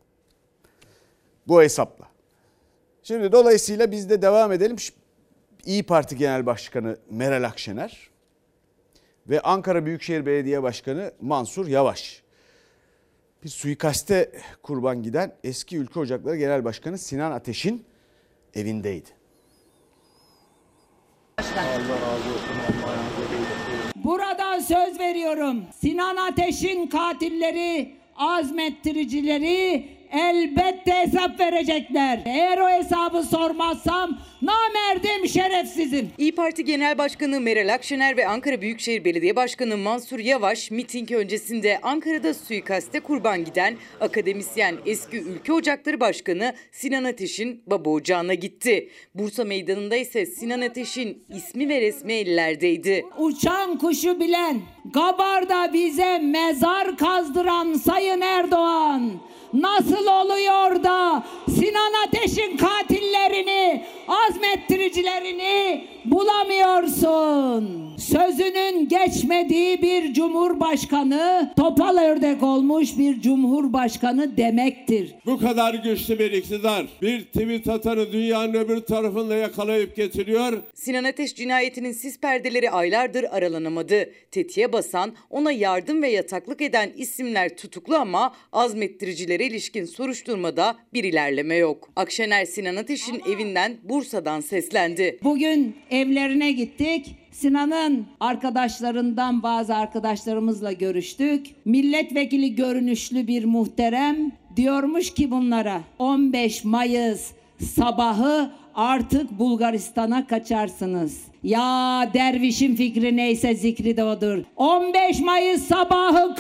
Bu hesapla. Şimdi dolayısıyla biz de devam edelim. İYİ Parti Genel Başkanı Meral Akşener ve Ankara Büyükşehir Belediye Başkanı Mansur Yavaş. Bir suikaste kurban giden eski Ülke Ocakları Genel Başkanı Sinan Ateş'in evindeydi. Buradan söz veriyorum. Sinan Ateş'in katilleri, azmettiricileri elbette hesap verecekler. Eğer o hesabı sormazsam namerdim, şerefsizim. İYİ Parti Genel Başkanı Meral Akşener ve Ankara Büyükşehir Belediye Başkanı Mansur Yavaş miting öncesinde Ankara'da suikaste kurban giden akademisyen eski Ülke Ocakları Başkanı Sinan Ateş'in baba ocağına gitti. Bursa Meydanı'nda ise Sinan Ateş'in ismi ve resmi ellerdeydi. Uçan kuşu bilen, Gabar'da bize mezar kazdıran Sayın Erdoğan, nasıl oluyor da Sinan Ateş'in katillerini, azmettiricilerini bulamıyorsun? Sözünün geçmediği bir cumhurbaşkanı, topal ördek olmuş bir cumhurbaşkanı demektir. Bu kadar güçlü bir iktidar bir tweet atanı dünyanın öbür tarafında yakalayıp getiriyor. Sinan Ateş cinayetinin sis perdeleri aylardır aralanamadı. Tetiğe basan, ona yardım ve yataklık eden isimler tutuklu ama azmettiricilere ilişkin soruşturmada bir ilerleme yok. Akşener Sinan Ateş'in evinden Bursa'dan seslendi. Bugün evlerine gittik. Sinan'ın arkadaşlarından bazı arkadaşlarımızla görüştük. Milletvekili görünüşlü bir muhterem diyormuş ki bunlara 15 Mayıs sabahı artık Bulgaristan'a kaçarsınız. Ya dervişin fikri neyse zikri de odur. 15 Mayıs sabahı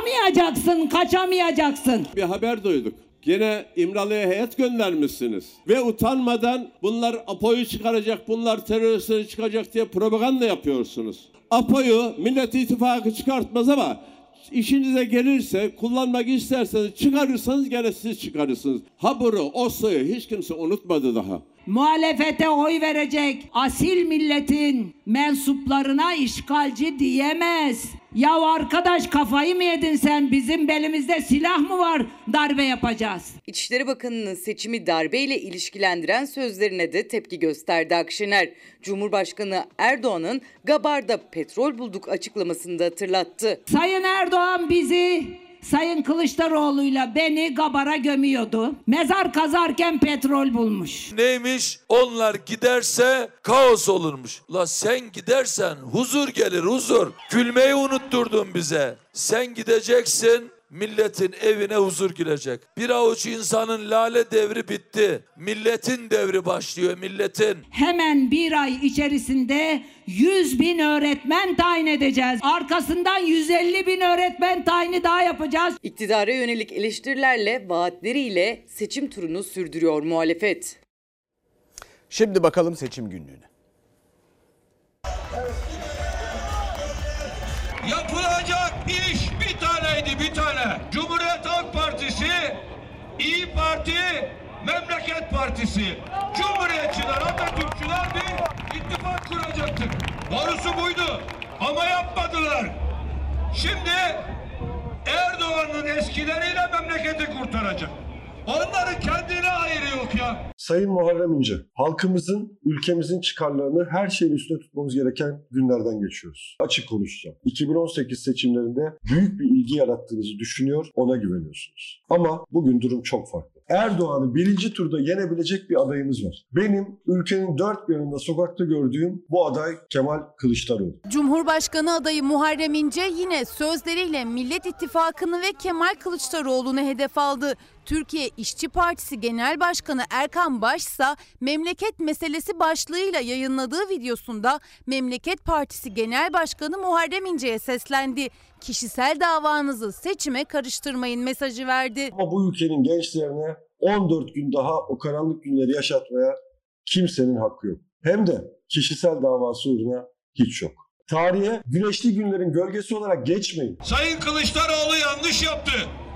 kaçamayacaksın. Bir haber duyduk. Gene İmralı'ya heyet göndermişsiniz. Ve utanmadan bunlar APO'yu çıkaracak, bunlar teröristleri çıkacak diye propaganda yapıyorsunuz. APO'yu Millet İttifakı çıkartmaz ama işinize gelirse, kullanmak isterseniz çıkarırsanız gene siz çıkarırsınız. Habur'u, Oslo'yu hiç kimse unutmadı daha. Muhalefete oy verecek asil milletin mensuplarına işgalci diyemez. Ya arkadaş, kafayı mı yedin sen? Bizim belimizde silah mı var? Darbe yapacağız. İçişleri Bakanı'nın seçimi darbeyle ilişkilendiren sözlerine de tepki gösterdi Akşener. Cumhurbaşkanı Erdoğan'ın Gabar'da petrol bulduk açıklamasını da hatırlattı. Sayın Erdoğan bizi Sayın Kılıçdaroğlu'yla beni Gabar'a gömüyordu. Mezar kazarken petrol bulmuş. Neymiş? Onlar giderse kaos olurmuş. La sen gidersen huzur gelir, huzur. Gülmeyi unutturdun bize. Sen gideceksin, milletin evine huzur girecek. Bir avuç insanın lale devri bitti. Milletin devri başlıyor, milletin. Hemen bir ay içerisinde 100.000 öğretmen tayin edeceğiz. Arkasından 150.000 öğretmen tayini daha yapacağız. İktidara yönelik eleştirilerle, vaatleriyle seçim turunu sürdürüyor muhalefet. Şimdi bakalım seçim günlüğüne. Yapılacak iş bir taneydi, bir tane. Cumhuriyet Halk Partisi, İYİ Parti, Memleket Partisi. Cumhuriyetçiler, Atatürkçüler bir ittifak kuracaktık. Doğrusu buydu ama yapmadılar. Şimdi Erdoğan'ın eskileriyle memleketi kurtaracak. Onların kendine ayrı yok ya. Sayın Muharrem İnce, halkımızın, ülkemizin çıkarlarını her şeyin üstüne tutmamız gereken günlerden geçiyoruz. Açık konuşacağım. 2018 seçimlerinde büyük bir ilgi yarattığınızı düşünüyor, ona güveniyorsunuz. Ama bugün durum çok farklı. Erdoğan'ı birinci turda yenebilecek bir adayımız var. Benim ülkenin dört bir yanında sokakta gördüğüm bu aday Kemal Kılıçdaroğlu. Cumhurbaşkanı adayı Muharrem İnce yine sözleriyle Millet İttifakı'nı ve Kemal Kılıçdaroğlu'nu hedef aldı. Türkiye İşçi Partisi Genel Başkanı Erkan Baş ise memleket meselesi başlığıyla yayınladığı videosunda Memleket Partisi Genel Başkanı Muharrem İnce'ye seslendi. Kişisel davanızı seçime karıştırmayın mesajı verdi. Ama bu ülkenin gençlerine 14 gün daha o karanlık günleri yaşatmaya kimsenin hakkı yok. Hem de kişisel davası uğruna hiç yok. Tarihe güneşli günlerin gölgesi olarak geçmeyin. Sayın Kılıçdaroğlu yanlış yaptı.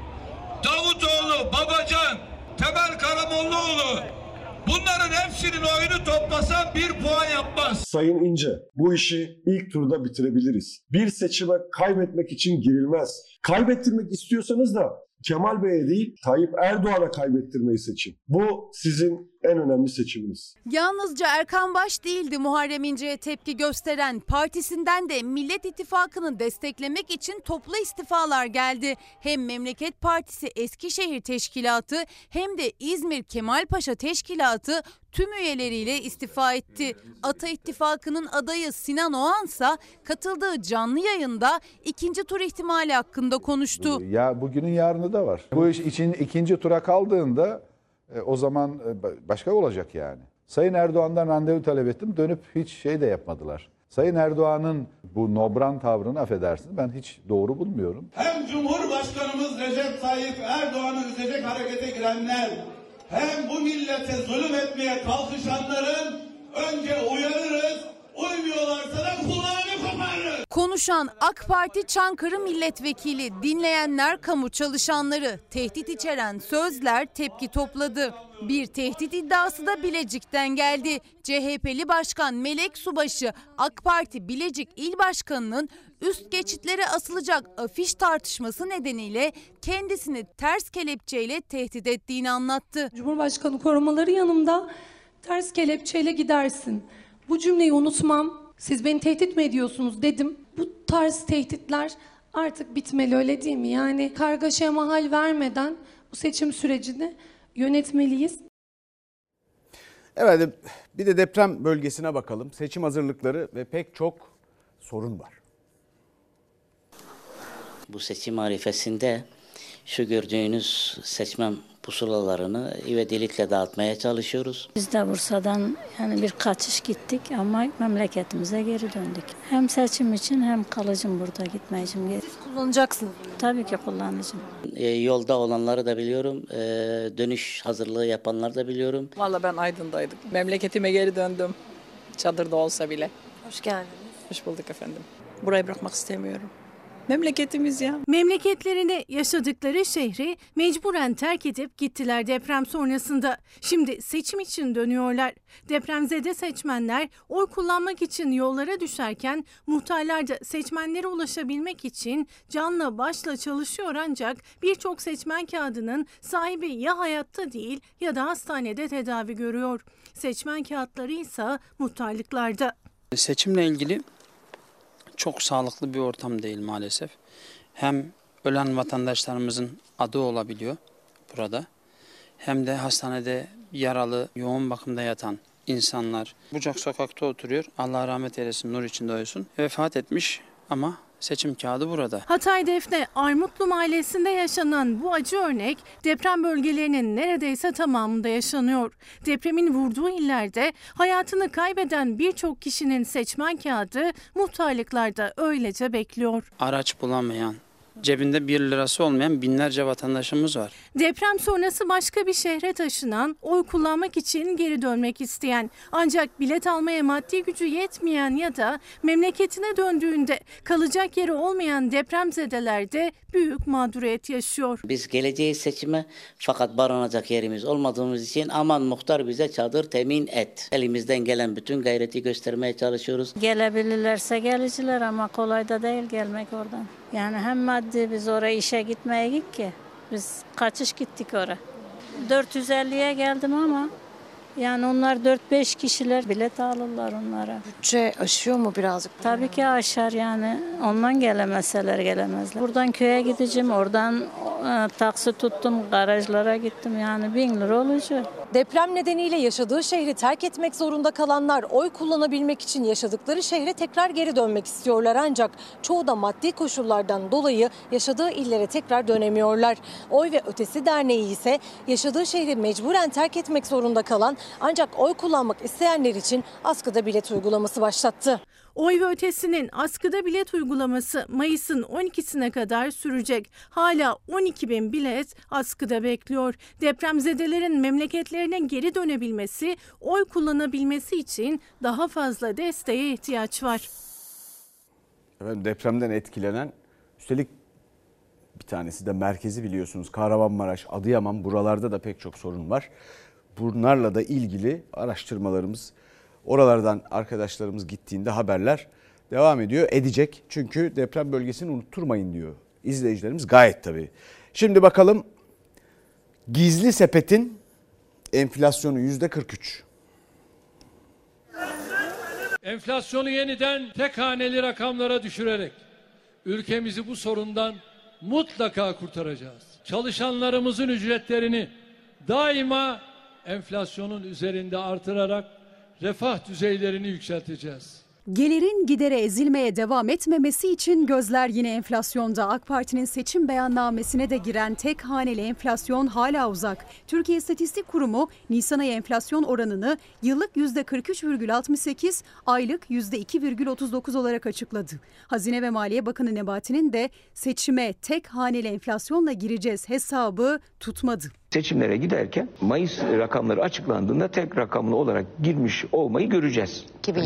Davutoğlu, Babacan, Temel Karamollaoğlu, bunların hepsinin oyunu toplasan 1 puan yapmaz. Sayın İnce, bu işi ilk turda bitirebiliriz. Bir seçime kaybetmek için girilmez. Kaybettirmek istiyorsanız da Kemal Bey'e değil, Tayyip Erdoğan'a kaybettirmeyi seçin. Bu sizin en önemli seçiminiz. Yalnızca Erkan Baş değildi Muharrem İnce'ye tepki gösteren. Partisinden de Millet İttifakı'nı desteklemek için toplu istifalar geldi. Hem Memleket Partisi Eskişehir Teşkilatı hem de İzmir Kemalpaşa Teşkilatı tüm üyeleriyle istifa etti. Ata İttifakı'nın adayı Sinan Oğansa katıldığı canlı yayında ikinci tur ihtimali hakkında konuştu. Ya bugünün yarını da var. Bu iş için ikinci tura kaldığında o zaman başka olacak yani. Sayın Erdoğan'dan randevu talep ettim. Dönüp hiç şey de yapmadılar. Sayın Erdoğan'ın bu nobran tavrını affedersiniz ben hiç doğru bulmuyorum. Hem Cumhurbaşkanımız Recep Tayyip Erdoğan'ı üzecek harekete girenler hem bu millete zulüm etmeye kalkışanların önce uyarırız, uymuyorlarsa da kulağını koparırız. Konuşan AK Parti Çankırı Milletvekili, dinleyenler kamu çalışanları, tehdit içeren sözler tepki topladı. Bir tehdit iddiası da Bilecik'ten geldi. CHP'li Başkan Melek Subaşı, AK Parti Bilecik İl Başkanı'nın üst geçitlere asılacak afiş tartışması nedeniyle kendisini ters kelepçeyle tehdit ettiğini anlattı. Cumhurbaşkanı korumaları yanımda, ters kelepçeyle gidersin. Bu cümleyi unutmam. Siz beni tehdit mi ediyorsunuz dedim. Bu tarz tehditler artık bitmeli, öyle değil mi? Yani kargaşaya mahal vermeden bu seçim sürecini yönetmeliyiz. Evet, bir de deprem bölgesine bakalım. Seçim hazırlıkları ve pek çok sorun var. Bu seçim arifesinde şu gördüğünüz seçmen pusulalarını ivedilikle dağıtmaya çalışıyoruz. Biz de Bursa'dan yani bir kaçış gittik ama memleketimize geri döndük. Hem seçim için hem kalıcım burada gitmeyeceğim geri. Siz kullanacaksınız. Tabii ki kullanacağım. Yolda olanları da biliyorum. Dönüş hazırlığı yapanları da biliyorum. Vallahi ben Aydın'daydım. Memleketime geri döndüm. Çadırda olsa bile. Hoş geldiniz. Hoş bulduk efendim. Burayı bırakmak istemiyorum. Memleketimiz ya. Memleketlerinde yaşadıkları şehri mecburen terk edip gittiler deprem sonrasında. Şimdi seçim için dönüyorlar. Depremzede seçmenler oy kullanmak için yollara düşerken muhtarlar da seçmenlere ulaşabilmek için canla başla çalışıyor ancak birçok seçmen kağıdının sahibi ya hayatta değil ya da hastanede tedavi görüyor. Seçmen kağıtları ise muhtarlıklarda. Seçimle ilgili çok sağlıklı bir ortam değil maalesef. Hem ölen vatandaşlarımızın adı olabiliyor burada. Hem de hastanede yaralı, yoğun bakımda yatan insanlar. Bucak sokakta oturuyor. Allah rahmet eylesin, nur içinde uyusun. Vefat etmiş ama seçim kağıdı burada. Hatay Defne Armutlu Mahallesi'nde yaşanan bu acı örnek deprem bölgelerinin neredeyse tamamında yaşanıyor. Depremin vurduğu illerde hayatını kaybeden birçok kişinin seçmen kağıdı muhtarlıklarda öylece bekliyor. Araç bulamayan, cebinde 1 lirası olmayan binlerce vatandaşımız var. Deprem sonrası başka bir şehre taşınan, oy kullanmak için geri dönmek isteyen ancak bilet almaya maddi gücü yetmeyen ya da memleketine döndüğünde kalacak yeri olmayan depremzedeler de büyük mağduriyet yaşıyor. Biz geleceğiz seçime fakat barınacak yerimiz olmadığımız için aman muhtar bize çadır temin et. Elimizden gelen bütün gayreti göstermeye çalışıyoruz. Gelebilirlerse geliciler ama kolay da değil gelmek oradan. Yani hem maddi biz oraya işe gitmeye gittik ki biz kaçış gittik oraya. 450'ye geldim ama yani onlar 4-5 kişiler bilet alırlar onlara. Bütçe aşıyor mu birazcık? Tabii ki aşar yani ondan gelemezler. Buradan köye gideceğim, oradan taksi tuttum, garajlara gittim yani 1000 lira olacak. Deprem nedeniyle yaşadığı şehri terk etmek zorunda kalanlar oy kullanabilmek için yaşadıkları şehre tekrar geri dönmek istiyorlar ancak çoğu da maddi koşullardan dolayı yaşadığı illere tekrar dönemiyorlar. Oy ve Ötesi Derneği ise yaşadığı şehri mecburen terk etmek zorunda kalan ancak oy kullanmak isteyenler için askıda bilet uygulaması başlattı. Oy ve Ötesi'nin askıda bilet uygulaması Mayıs'ın 12'sine kadar sürecek. Hala 12.000 bilet askıda bekliyor. Depremzedelerin memleketlerine geri dönebilmesi, oy kullanabilmesi için daha fazla desteğe ihtiyaç var. Efendim, depremden etkilenen, üstelik bir tanesi de merkezi biliyorsunuz, Kahramanmaraş, Adıyaman, buralarda da pek çok sorun var. Bunlarla da ilgili araştırmalarımız, oralardan arkadaşlarımız gittiğinde haberler devam edecek. Çünkü deprem bölgesini unutturmayın diyor izleyicilerimiz, gayet tabii. Şimdi bakalım, gizli sepetin enflasyonu %43. Enflasyonu yeniden tek haneli rakamlara düşürerek ülkemizi bu sorundan mutlaka kurtaracağız. Çalışanlarımızın ücretlerini daima enflasyonun üzerinde artırarak refah düzeylerini yükselteceğiz. Gelirin gidere ezilmeye devam etmemesi için gözler yine enflasyonda. AK Parti'nin seçim beyannamesine de giren tek haneli enflasyon hala uzak. Türkiye İstatistik Kurumu Nisan ayı enflasyon oranını yıllık %43,68, aylık %2,39 olarak açıkladı. Hazine ve Maliye Bakanı Nebati'nin de seçime tek haneli enflasyonla gireceğiz hesabı tutmadı. Seçimlere giderken Mayıs rakamları açıklandığında tek rakamlı olarak girmiş olmayı göreceğiz.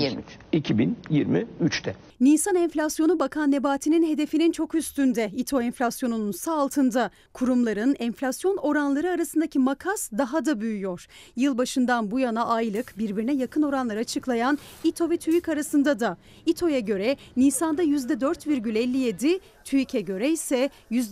2023'te. Nisan enflasyonu Bakan Nebati'nin hedefinin çok üstünde. İTO enflasyonunun ise altında. Kurumların enflasyon oranları arasındaki makas daha da büyüyor. Yılbaşından bu yana aylık birbirine yakın oranlar açıklayan İTO ve TÜİK arasında da. İTO'ya göre Nisan'da %4,57, TÜİK'e göre ise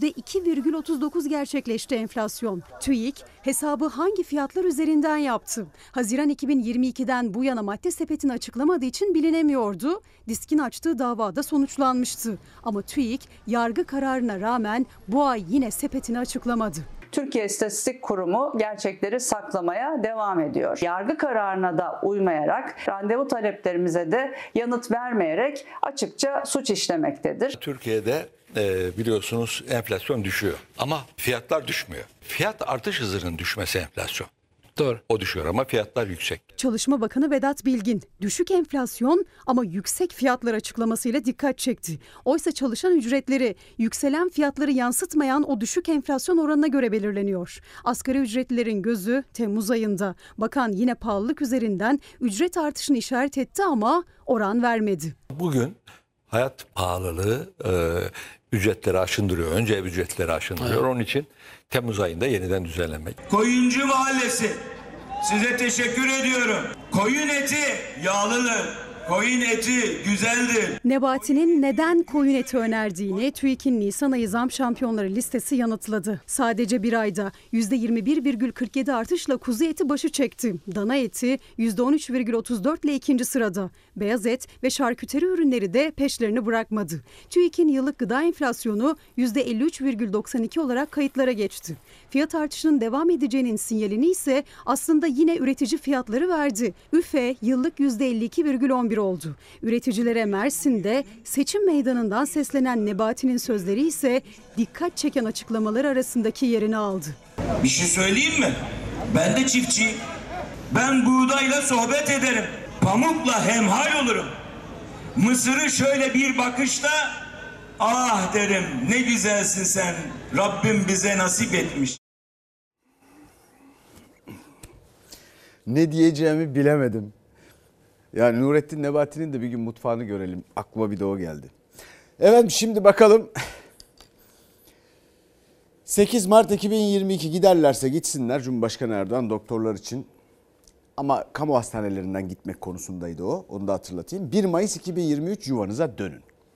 %2,39 gerçekleşti enflasyon. TÜİK hesabı hangi fiyatlar üzerinden yaptı? Haziran 2022'den bu yana madde sepetini açıklamadığı için bilinemiyordu. Diskin açtığı davada sonuçlanmıştı. Ama TÜİK yargı kararına rağmen bu ay yine sepetini açıklamadı. Türkiye İstatistik Kurumu gerçekleri saklamaya devam ediyor. Yargı kararına da uymayarak, randevu taleplerimize de yanıt vermeyerek açıkça suç işlemektedir. Türkiye'de biliyorsunuz enflasyon düşüyor ama fiyatlar düşmüyor. Fiyat artış hızının düşmesi enflasyon. Doğru. O düşüyor ama fiyatlar yüksek. Çalışma Bakanı Vedat Bilgin düşük enflasyon ama yüksek fiyatlar açıklamasıyla dikkat çekti. Oysa çalışan ücretleri yükselen fiyatları yansıtmayan o düşük enflasyon oranına göre belirleniyor. Asgari ücretlilerin gözü Temmuz ayında. Bakan yine pahalılık üzerinden ücret artışını işaret etti ama oran vermedi. Bugün hayat pahalılığı ücretleri aşındırıyor. Önce ev ücretleri aşındırıyor. Evet. Onun için Temmuz ayında yeniden düzenlenmek. Koyuncu Mahallesi, size teşekkür ediyorum. Koyun eti yağlıdır. Koyun eti güzeldir. Nebati'nin neden koyun eti önerdiğini TÜİK'in Nisan ayı zam şampiyonları listesi yanıtladı. Sadece bir ayda %21,47 artışla kuzu eti başı çekti. Dana eti %13,34 ile ikinci sırada. Beyaz et ve şarküteri ürünleri de peşlerini bırakmadı. TÜİK'in yıllık gıda enflasyonu %53,92 olarak kayıtlara geçti. Fiyat artışının devam edeceğinin sinyalini ise aslında yine üretici fiyatları verdi. ÜFE yıllık %52,11 oldu. Üreticilere Mersin'de seçim meydanından seslenen Nebati'nin sözleri ise dikkat çeken açıklamalar arasındaki yerini aldı. Bir şey söyleyeyim mi? Ben de çiftçiyim. Ben buğdayla sohbet ederim. Pamukla hemhal olurum. Mısırı şöyle bir bakışta ah derim, ne güzelsin sen. Rabbim bize nasip etmiş. Ne diyeceğimi bilemedim. Yani Nurettin Nebati'nin de bir gün mutfağını görelim. Aklıma bir de o geldi. Evet, şimdi bakalım. 8 Mart 2022 giderlerse gitsinler, Cumhurbaşkanı Erdoğan doktorlar için. Ama kamu hastanelerinden gitmek konusundaydı o. Onu da hatırlatayım. 1 Mayıs 2023 yuvanıza dönün.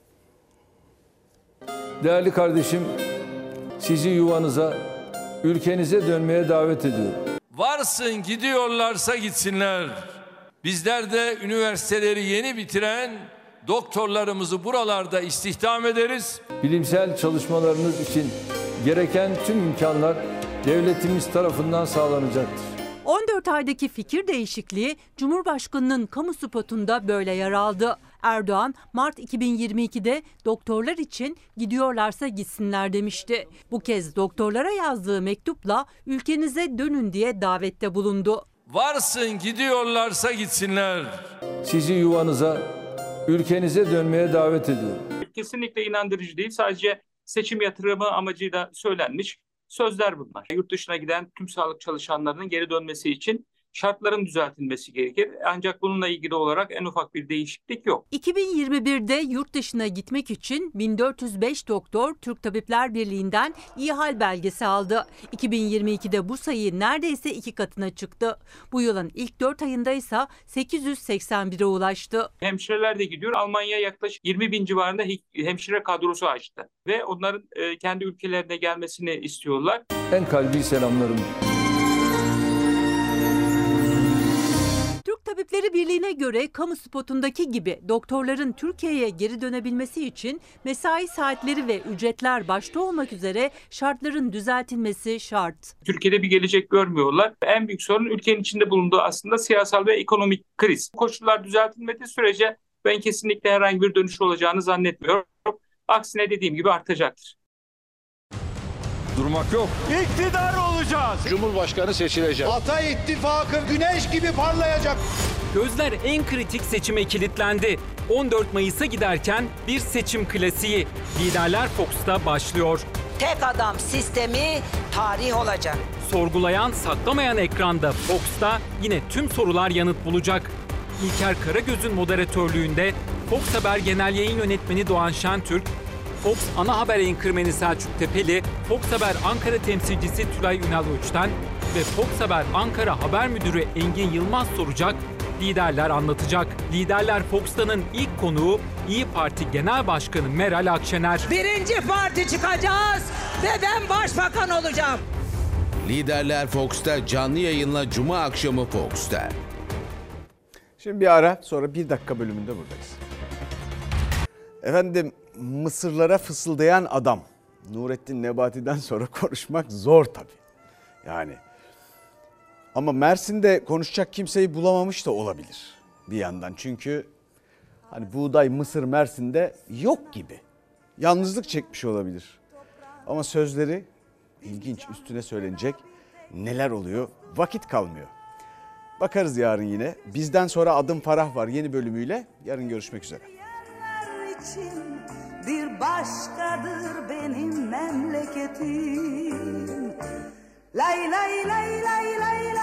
Değerli kardeşim, sizi yuvanıza, ülkenize dönmeye davet ediyorum. Varsın gidiyorlarsa gitsinler. Bizler de üniversiteleri yeni bitiren doktorlarımızı buralarda istihdam ederiz. Bilimsel çalışmalarınız için gereken tüm imkanlar devletimiz tarafından sağlanacaktır. 14 aydaki fikir değişikliği Cumhurbaşkanı'nın kamu spotunda böyle yer aldı. Erdoğan Mart 2022'de doktorlar için gidiyorlarsa gitsinler demişti. Bu kez doktorlara yazdığı mektupla ülkenize dönün diye davette bulundu. Varsın gidiyorlarsa gitsinler. Sizi yuvanıza, ülkenize dönmeye davet ediyorum. Kesinlikle inandırıcı değil. Sadece seçim yatırımı amacıyla söylenmiş sözler bunlar. Yurt dışına giden tüm sağlık çalışanlarının geri dönmesi için şartların düzeltilmesi gerekir. Ancak bununla ilgili olarak en ufak bir değişiklik yok. 2021'de yurt dışına gitmek için 1405 doktor Türk Tabipler Birliği'nden iyi hal belgesi aldı. 2022'de bu sayı neredeyse 2 katına çıktı. Bu yılın ilk 4 ayında ise 881'e ulaştı. Hemşireler de gidiyor. Almanya yaklaşık 20 bin civarında hemşire kadrosu açtı. Ve onların kendi ülkelerine gelmesini istiyorlar. En kalbi selamlarım. Türk Tabipleri Birliği'ne göre kamu spotundaki gibi doktorların Türkiye'ye geri dönebilmesi için mesai saatleri ve ücretler başta olmak üzere şartların düzeltilmesi şart. Türkiye'de bir gelecek görmüyorlar. En büyük sorun ülkenin içinde bulunduğu aslında siyasal ve ekonomik kriz. Koşullar düzeltilmediği sürece ben kesinlikle herhangi bir dönüş olacağını zannetmiyorum. Aksine dediğim gibi artacaktır. Durmak yok. İktidar olacağız. Cumhurbaşkanı seçilecek. Ata İttifakı güneş gibi parlayacak. Gözler en kritik seçime kilitlendi. 14 Mayıs'a giderken bir seçim klasiği. Liderler Fox'ta başlıyor. Tek adam sistemi tarih olacak. Sorgulayan, saklamayan ekranda Fox'ta yine tüm sorular yanıt bulacak. İlker Karagöz'ün moderatörlüğünde Fox Haber Genel Yayın Yönetmeni Doğan Şentürk, Fox ana haber enkırmeni Selçuk Tepeli, Fox Haber Ankara temsilcisi Tülay Ünal Öçten ve Fox Haber Ankara Haber Müdürü Engin Yılmaz soracak, liderler anlatacak. Liderler Fox'tanın ilk konuğu İYİ Parti Genel Başkanı Meral Akşener. Birinci parti çıkacağız ve ben başbakan olacağım. Liderler Fox'ta canlı yayınla Cuma akşamı Fox'ta. Şimdi bir ara, sonra 1 dakika bölümünde buradayız. Efendim, mısırlara fısıldayan adam. Nurettin Nebati'den sonra konuşmak zor tabii. Yani. Ama Mersin'de konuşacak kimseyi bulamamış da olabilir bir yandan. Çünkü hani buğday, mısır Mersin'de yok gibi. Yalnızlık çekmiş olabilir. Ama sözleri ilginç, üstüne söylenecek neler oluyor, vakit kalmıyor. Bakarız yarın yine. Bizden sonra Adım Farah var yeni bölümüyle. Yarın görüşmek üzere. Bir başkadır benim memleketim. Lay lay lay lay lay.